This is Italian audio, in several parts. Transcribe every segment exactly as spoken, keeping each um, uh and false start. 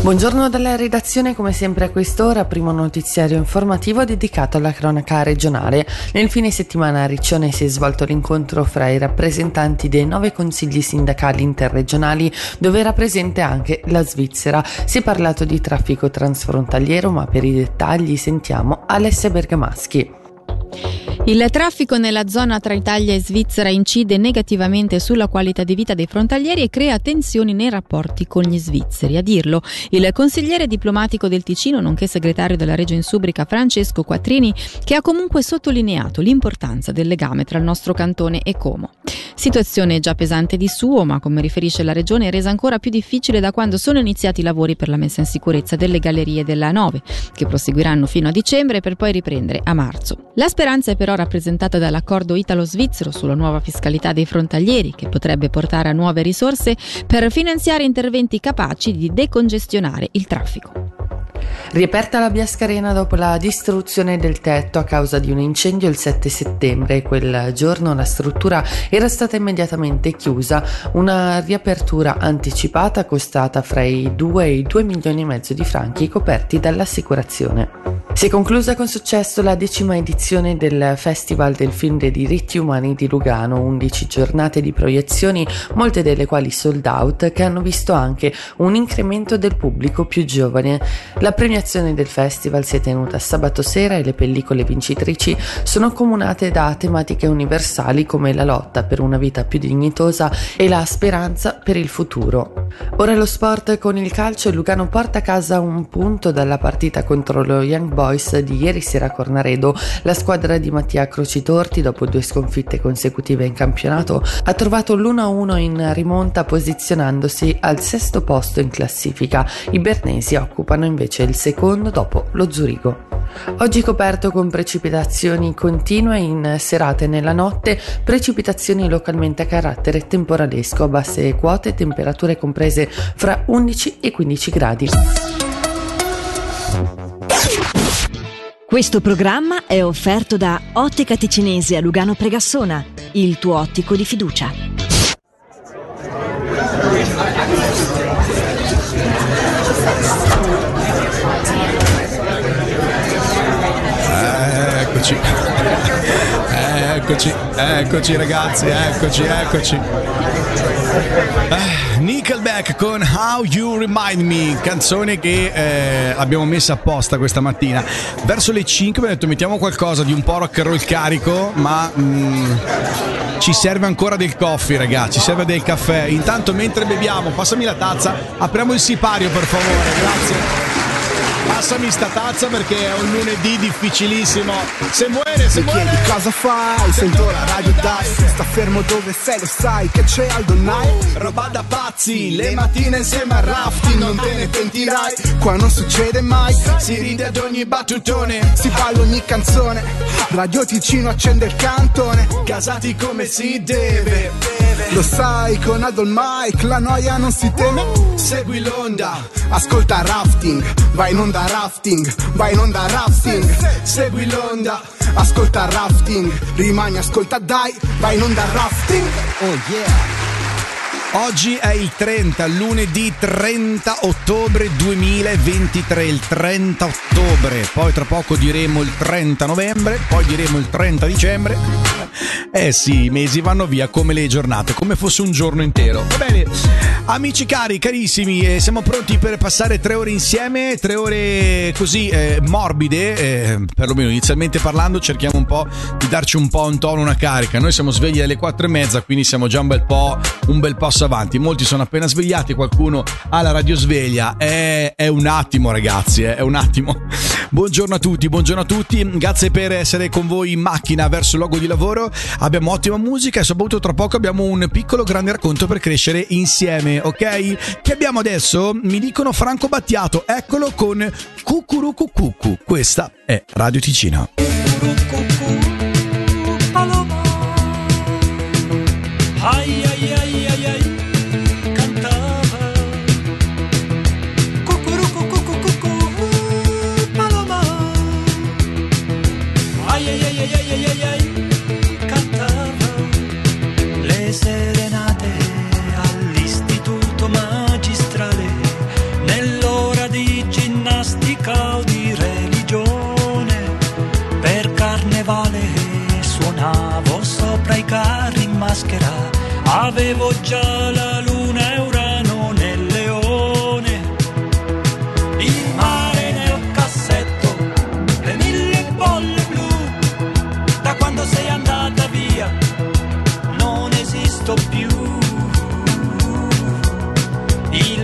Buongiorno dalla redazione, come sempre a quest'ora, primo notiziario informativo dedicato alla cronaca regionale. Nel fine settimana a Riccione si è svolto l'incontro fra i rappresentanti dei nove consigli sindacali interregionali, dove era presente anche la Svizzera. Si è parlato di traffico transfrontaliero, ma per i dettagli sentiamo Alessia Bergamaschi. Il traffico nella zona tra Italia e Svizzera incide negativamente sulla qualità di vita dei frontalieri e crea tensioni nei rapporti con gli svizzeri. A dirlo il consigliere diplomatico del Ticino, nonché segretario della Regio Insubrica Francesco Quattrini, che ha comunque sottolineato l'importanza del legame tra il nostro cantone e Como. Situazione già pesante di suo, ma come riferisce la Regione è resa ancora più difficile da quando sono iniziati i lavori per la messa in sicurezza delle gallerie della nove, che proseguiranno fino a dicembre per poi riprendere a marzo. La speranza è però rappresentata dall'accordo italo-svizzero sulla nuova fiscalità dei frontalieri, che potrebbe portare a nuove risorse per finanziare interventi capaci di decongestionare il traffico. Riaperta la Biascarena dopo la distruzione del tetto a causa di un incendio il sette settembre. Quel giorno la struttura era stata immediatamente chiusa, una riapertura anticipata costata fra i due e i due milioni e mezzo di franchi coperti dall'assicurazione. Si è conclusa con successo la decima edizione del Festival del Film dei Diritti Umani di Lugano, undici giornate di proiezioni, molte delle quali sold out, che hanno visto anche un incremento del pubblico più giovane. La premiazione del festival si è tenuta sabato sera e le pellicole vincitrici sono accomunate da tematiche universali come la lotta per una vita più dignitosa e la speranza per il futuro. Ora lo sport con il calcio. Il Lugano porta a casa un punto dalla partita contro lo Young Boys di ieri sera a Cornaredo. La squadra di Mattia Crocitorti, dopo due sconfitte consecutive in campionato, ha trovato l'uno a uno in rimonta, posizionandosi al sesto posto in classifica. I bernesi occupano invece il secondo dopo lo Zurigo. Oggi coperto con precipitazioni continue in serata e nella notte, precipitazioni localmente a carattere temporalesco, a basse quote, temperature comprese fra undici e quindici gradi. Questo programma è offerto da Ottica Ticinese a Lugano Pregassona, il tuo ottico di fiducia. Eccoci, eccoci, eccoci ragazzi, eccoci, eccoci. Eh, Nickelback con How You Remind Me, canzone che eh, abbiamo messo apposta questa mattina. Verso le cinque mi ho detto mettiamo qualcosa di un po' rock and roll carico, ma mm, ci serve ancora del coffee, ragazzi, ci serve del caffè. Intanto mentre beviamo, passami la tazza, apriamo il sipario per favore, grazie. Passami sta tazza perché è un lunedì difficilissimo. Se muore, se muore. Mi chiedi cosa fai, sento la radio dai. Sta fermo dove sei, lo sai che c'è Aldo Night. Roba da pazzi, le mattine insieme a Rafti, non te ne pentirai. Qua non succede mai, si ride ad ogni battutone, si balla ogni canzone. Radio Ticino accende il cantone, casati come si deve. Lo sai, con Aldo Mike la noia non si teme. Segui l'onda, ascolta Rafting, vai in onda Rafting, vai in onda Rafting. Segui l'onda, ascolta Rafting, rimani ascolta dai, vai in onda Rafting. Oh yeah. Oggi è il trenta, lunedì trenta ottobre duemilaventitré, il trenta ottobre, poi tra poco diremo il trenta novembre, poi diremo il trenta dicembre. Eh sì, i mesi vanno via come le giornate, come fosse un giorno intero. Va bene, amici cari, carissimi, eh, siamo pronti per passare tre ore insieme, tre ore così eh, morbide, eh, perlomeno inizialmente parlando cerchiamo un po' di darci un po' un tono, una carica. Noi siamo svegli alle quattro e mezza, quindi siamo già un bel po', un bel passo avanti. Molti sono appena svegliati, qualcuno ha la radio sveglia. È, è un attimo ragazzi, eh, è un attimo. Buongiorno a tutti, buongiorno a tutti, grazie per essere con voi in macchina verso il luogo di lavoro. Abbiamo ottima musica e soprattutto tra poco abbiamo un piccolo grande racconto per crescere insieme, ok? Che abbiamo adesso? Mi dicono Franco Battiato, eccolo con Cucurucucucu. Questa è Radio Ticino. Ai ai ai ai ai, cantava Cucurucucucucu, Paloma. Ai ai ai ai ai ai ai, cantava le serenate all'istituto magistrale nell'ora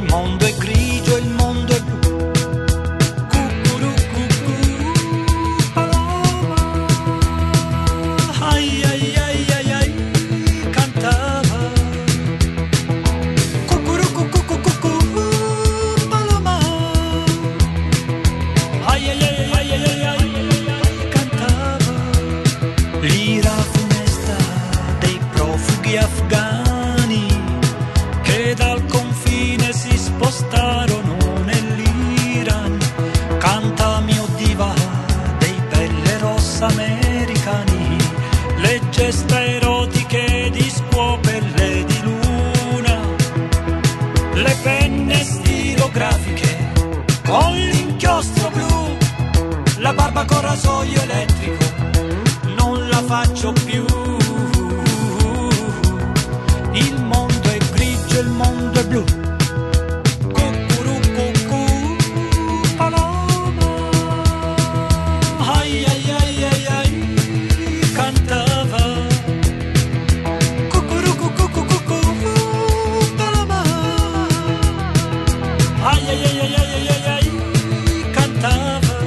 mondo è grigio, il mondo è blu. Cucurucucù, paloma. Ai ai ai ai ai, cantava. Cucurucucucucucù, paloma. Ai ai ai ai ai ai ai, cantava. L'ira funesta dei profughi afghani che dal confine si spostarono nell'Iran. Canta mio diva dei pelle rossa americani, le gesta erotiche di scuopelle di luna, le penne stilografiche con l'inchiostro blu, la barba con rasoio elettrico, non la faccio più. Il mondo è grigio, il mondo è blu. Cucurucucù, paloma. Ai ai ai ai ai, cantava. Cucurucucucucucù, paloma. Ai ai ai ai ai ai ai, cantava.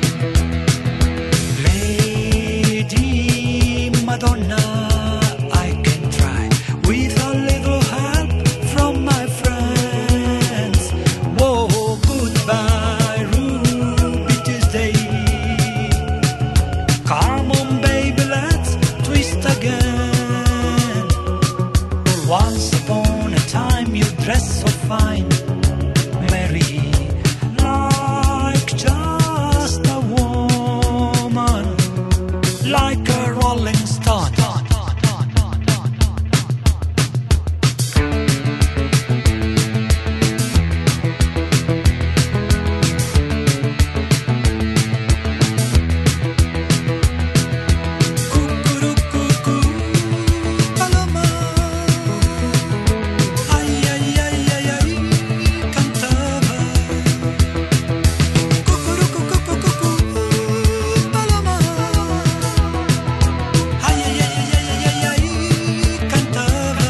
Lady Madonna, I can try with a little help from my friends. Whoa, goodbye, Ruby Tuesday. Come on, baby, let's twist again. Once upon a time you dressed so fine, Mary, like just a woman, like a rolling stone. Cucurucucù, paloma. Ai ai ai ai ai, cantava. Cucurucucucucucù, paloma. Ai ai ai ai ai ai ai, cantava.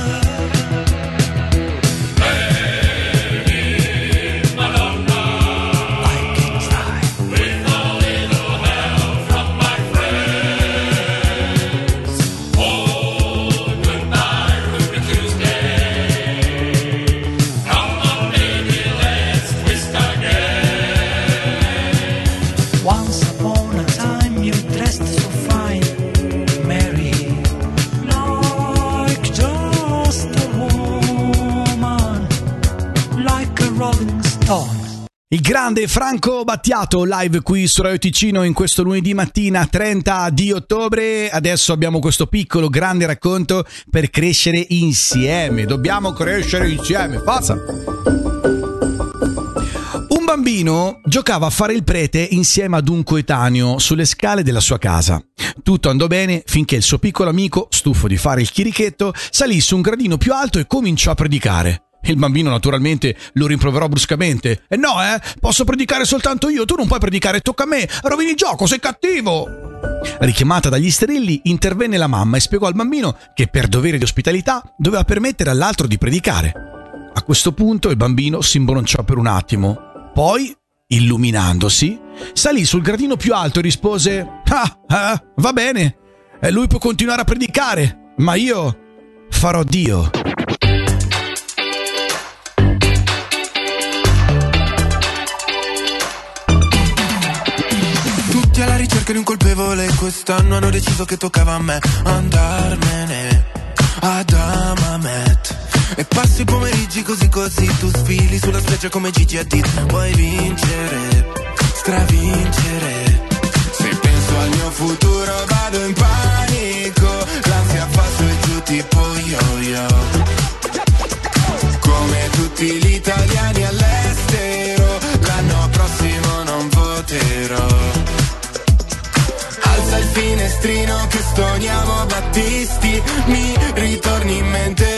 I can try with a little help from my friends. Oh, goodbye, Ruby Tuesday. Come on, baby, let's twist again. Once upon a time you dressed so fine, Mary, like just a woman, like a rolling stone. Il grande Franco Battiato live qui su Radio Ticino in questo lunedì mattina trenta di ottobre. Adesso abbiamo questo piccolo grande racconto per crescere insieme. Dobbiamo crescere insieme. Forza! Un bambino giocava a fare il prete insieme ad un coetaneo sulle scale della sua casa. Tutto andò bene finché il suo piccolo amico, stufo di fare il chirichetto, salì su un gradino più alto e cominciò a predicare. Il bambino naturalmente lo rimproverò bruscamente. E no, eh, posso predicare soltanto io, tu non puoi predicare, tocca a me, rovini il gioco, sei cattivo. Richiamata dagli sterili, intervenne la mamma e spiegò al bambino che per dovere di ospitalità doveva permettere all'altro di predicare. A questo punto il bambino si imbronciò per un attimo, poi, illuminandosi, salì sul gradino più alto e rispose: ah, ah, va bene, e lui può continuare a predicare, ma io farò Dio. Tutti alla ricerca di un colpevole, quest'anno hanno deciso che toccava a me andarmene ad Amamet. E passi i pomeriggi così così, tu sfili sulla spiaggia come Gigi Hadid. Vuoi vincere, stravincere. Se penso al mio futuro vado in panico, l'ansia fa su e giù tipo yo-yo. Come tutti gli italiani all'estero, l'anno prossimo non voterò. Alza il finestrino che stoniamo Battisti, mi ritorni in mente.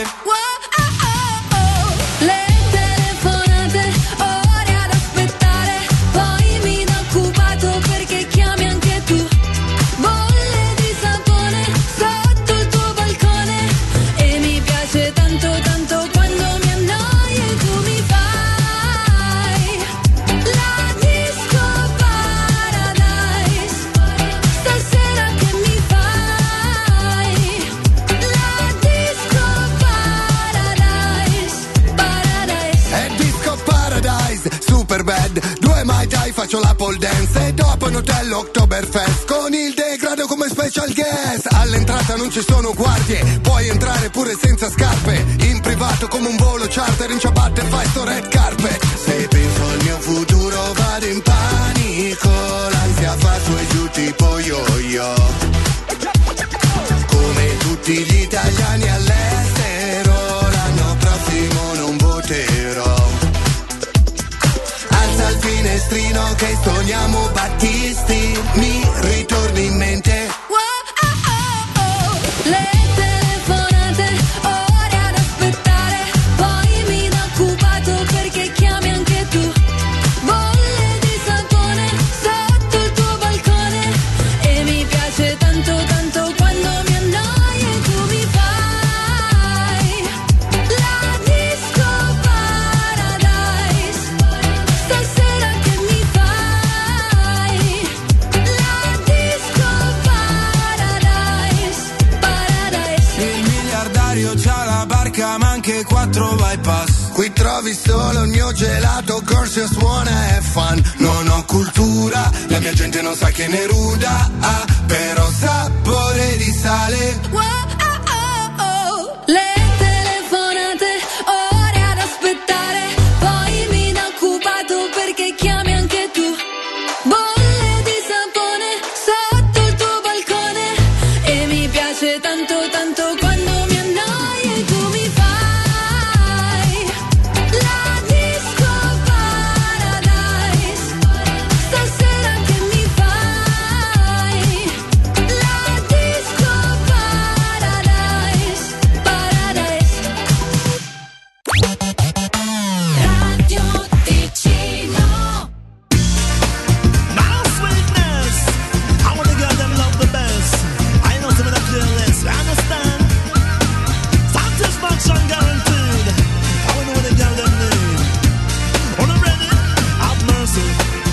Tanto tanto quando mi annoio tu mi fai super bad. Due Mai Tai, faccio la pole dance e dopo in hotel Oktoberfest con il degrado come special guest. All'entrata non ci sono guardie, puoi entrare pure senza scarpe, in privato come un volo charter, in ciabatte fai sto red carpet. Se penso al mio futuro vado in panico, l'ansia fa su e giù tipo yo-yo. Come tutti gli italiani all'estero, l'anno prossimo non voterò. Alza il finestrino che sogniamo Battisti, mi ritorni in mente. Wow, oh, oh, oh. Le telefonate, ore ad aspettare, poi mi da occupato perché chiami anche tu. Bolle di sapone sotto il tuo balcone e mi piace tanto tanto quando mi annoi e tu mi fai la disco paradise. Stasera che mi fai la disco paradise, paradise. Il miliardario c'ha la barca ma anche quattro bypass. Qui trovi solo il mio gelato, corso suona e fun. Non ho cultura, la mia gente non sa che ne ruda, ah, però sapore di sale. Wow, oh, oh, oh. Le telefonate, ore ad aspettare, poi mi da occupato perché chiami anche tu. Bolle di sapone sotto il tuo balcone e mi piace tanto tanto quando mi annoi e tu mi fai la disco paradise. Stasera che mi fai la disco paradise, paradise. Radio Ticino. My sweetness, I wanna girl them love the best. I know some of the fearless, you understand? Satisfaction guaranteed. I wanna what the girl them need. On the ready, have mercy.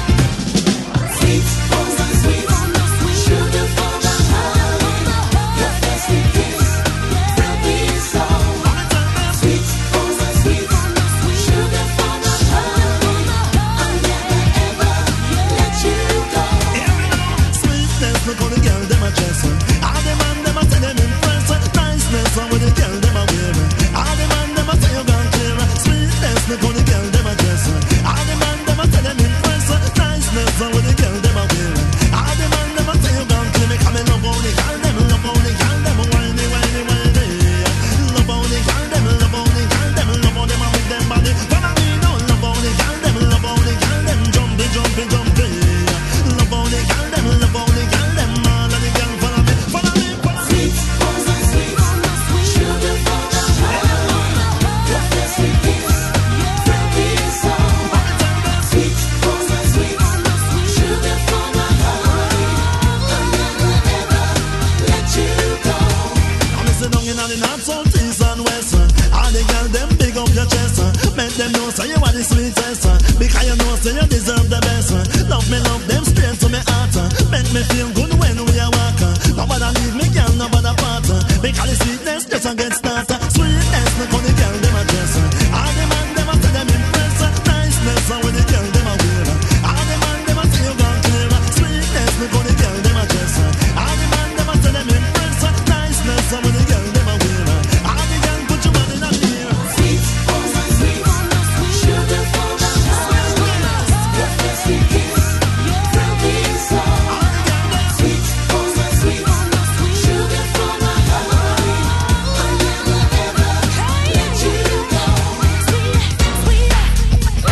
Sweet, oh my sweet, sugar for my heart. Your first kiss, will be so sweet, oh my sweet, sugar for my heart. I'll never ever let you go. Sweetness, look on the girl them a dress. All the man them a tell them impress. Niceness, on with the girl them a wear. All the man them a say you gone clear. Sweetness, look on the girl them a dress. All the man them a tell them impress. Niceness, on with the girl them a wear. All the man them a say you gone clear. Me come and love on the girl them, love on the girl them, whiny, whiny, whiny. Love on the girl them, love on the girl them, love on them and with them body. Follow me now, love on the girl them, love on the girl them, jumpy, jumpy, jumpy. Love on the girl them, love on the girl them, all of the girl follow me, follow me, follow me. Sweet, oh my sweet, sugar for my heart. Your first kiss, will be so sweet, oh my sweet, sugar for my heart. I'll never ever let you go. I'm sitting down in all the north, south, east and west. All the girls them big up your chest. Make them know say you are the sweetest. Because you know say you deserve the best. Love me, love them straight to me heart. Make me feel good when we are walking. Nobody leave me, girl, nobody part. Because the sweetness just a get started. Sweetness, look on the girl them a dress. All the man them a say them impress. Niceness, on with the girl them a wear. All the man them a say you gone clear. Sweetness, look on the girl them a dress. All the man them a say them impress. Niceness, on with the girl them a wear. All the girl put your body in the air. Sweet, oh my sweet, sugar for my heart. Your first kiss, will be so sweet, oh my sweet, sugar for my heart. I'll never ever let you go. Sweet, sweet,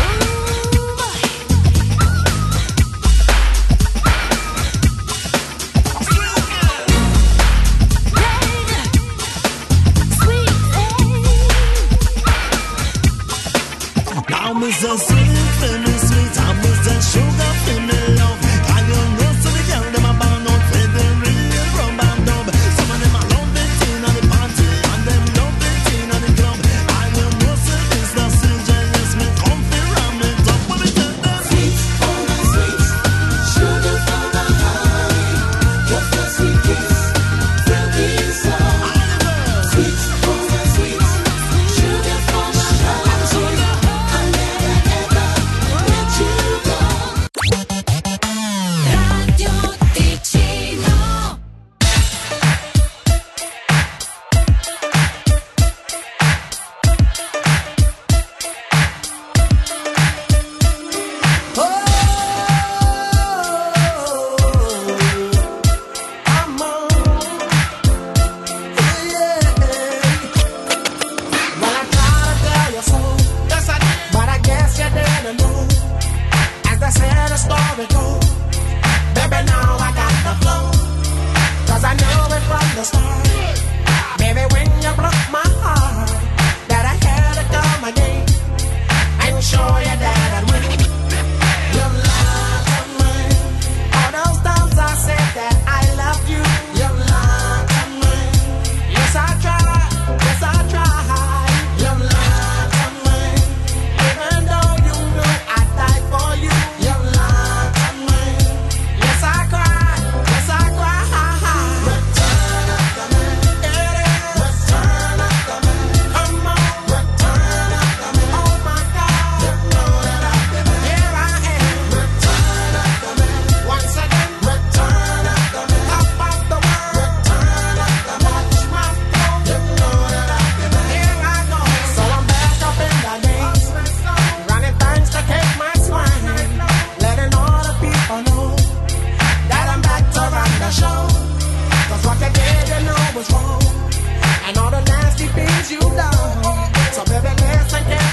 Now me so sweet, feel me sweet. I'm Mister Sugar, feel me love. And you know so the girl them a born out for the real rum and dub. Some of them a love it in the party, and them love it in the club. And you know so it's the C J S me come fi ram it up when me tell them. sweet, oh my sweet, sugar for my heart. Your first kiss, will be so sweet, oh my sweet, sugar for my heart. I'll never ever let you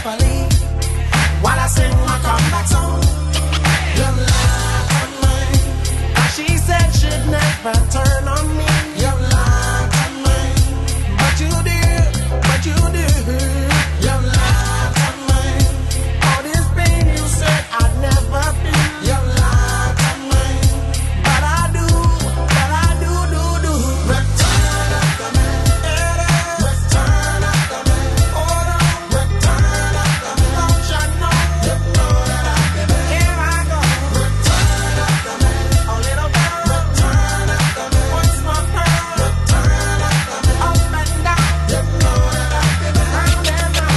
happily while I sing my comeback song. Your love on mine. Now she said she'd never turn on me. Your love on mine. But you did, but you did. Your love on mine. All this pain you said I'd never feel. Your love on mine. But I do, but I do, do, do. Return of the man. Return of the man. Hold on. Return of the man. Don't you know? You know that I've been there. Here I go. Return of the man. A little girl. Return of the man. Once more girl. Return of the man. Up and down. You know that I've been there. Round and round.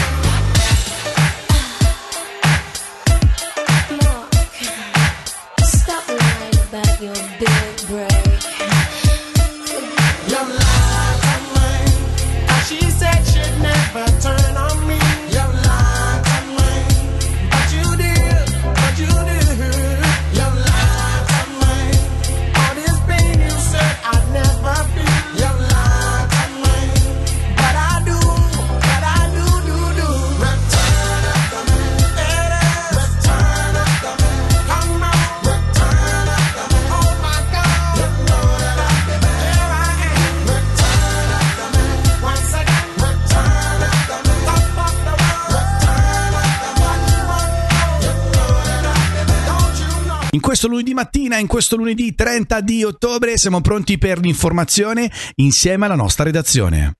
Mark, stop lying about your big break. Your love on mine. Now she said she'd never turn on me. Your love on mine. But you did, but you did. Your love on mine. All this pain you said I'd never feel. Your love on mine. But I do, but I do, do, do. Return of the man. Return of the man. Come on. Return of the man. Oh my God. You know that I've been there. Here I am. Return of the man. Once again. Return of the man. Top of the world. Return of the man. You know that I've been there. Don't you know? In questo lunedì mattina, in questo lunedì trenta di ottobre, siamo pronti per l'informazione insieme alla nostra redazione.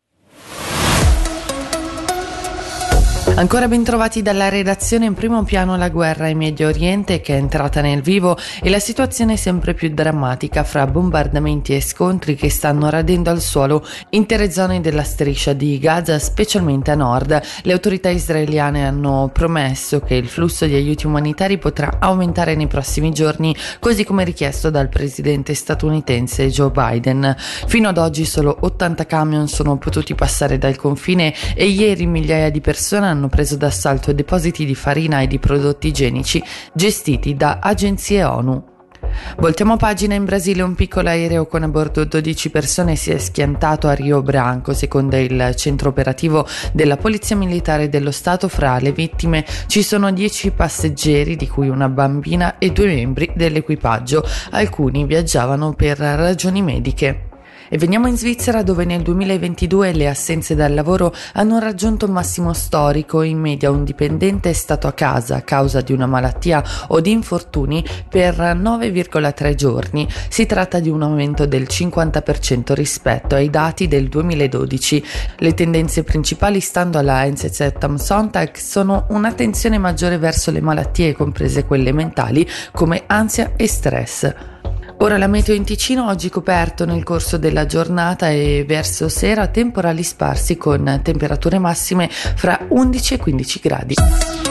Ancora ben trovati dalla redazione. In primo piano la guerra in Medio Oriente, che è entrata nel vivo, e la situazione sempre più drammatica fra bombardamenti e scontri che stanno radendo al suolo intere zone della striscia di Gaza, specialmente a nord. Le autorità israeliane hanno promesso che il flusso di aiuti umanitari potrà aumentare nei prossimi giorni, così come richiesto dal presidente statunitense Joe Biden. Fino ad oggi solo ottanta camion sono potuti passare dal confine e ieri migliaia di persone hanno preso d'assalto depositi di farina e di prodotti igienici gestiti da agenzie ONU. Voltiamo pagina. In Brasile un piccolo aereo con a bordo dodici persone si è schiantato a Rio Branco. Secondo il centro operativo della Polizia Militare dello Stato, fra le vittime ci sono dieci passeggeri, di cui una bambina, e due membri dell'equipaggio. Alcuni viaggiavano per ragioni mediche. E veniamo in Svizzera, dove nel duemilaventidue le assenze dal lavoro hanno raggiunto un massimo storico. In media un dipendente è stato a casa a causa di una malattia o di infortuni per nove virgola tre giorni. Si tratta di un aumento del cinquanta per cento rispetto ai dati del duemiladodici. Le tendenze principali, stando alla N Z Z am Sonntag, sono un'attenzione maggiore verso le malattie, comprese quelle mentali, come ansia e stress. Ora la meteo in Ticino: oggi coperto nel corso della giornata e verso sera temporali sparsi con temperature massime fra undici e quindici gradi.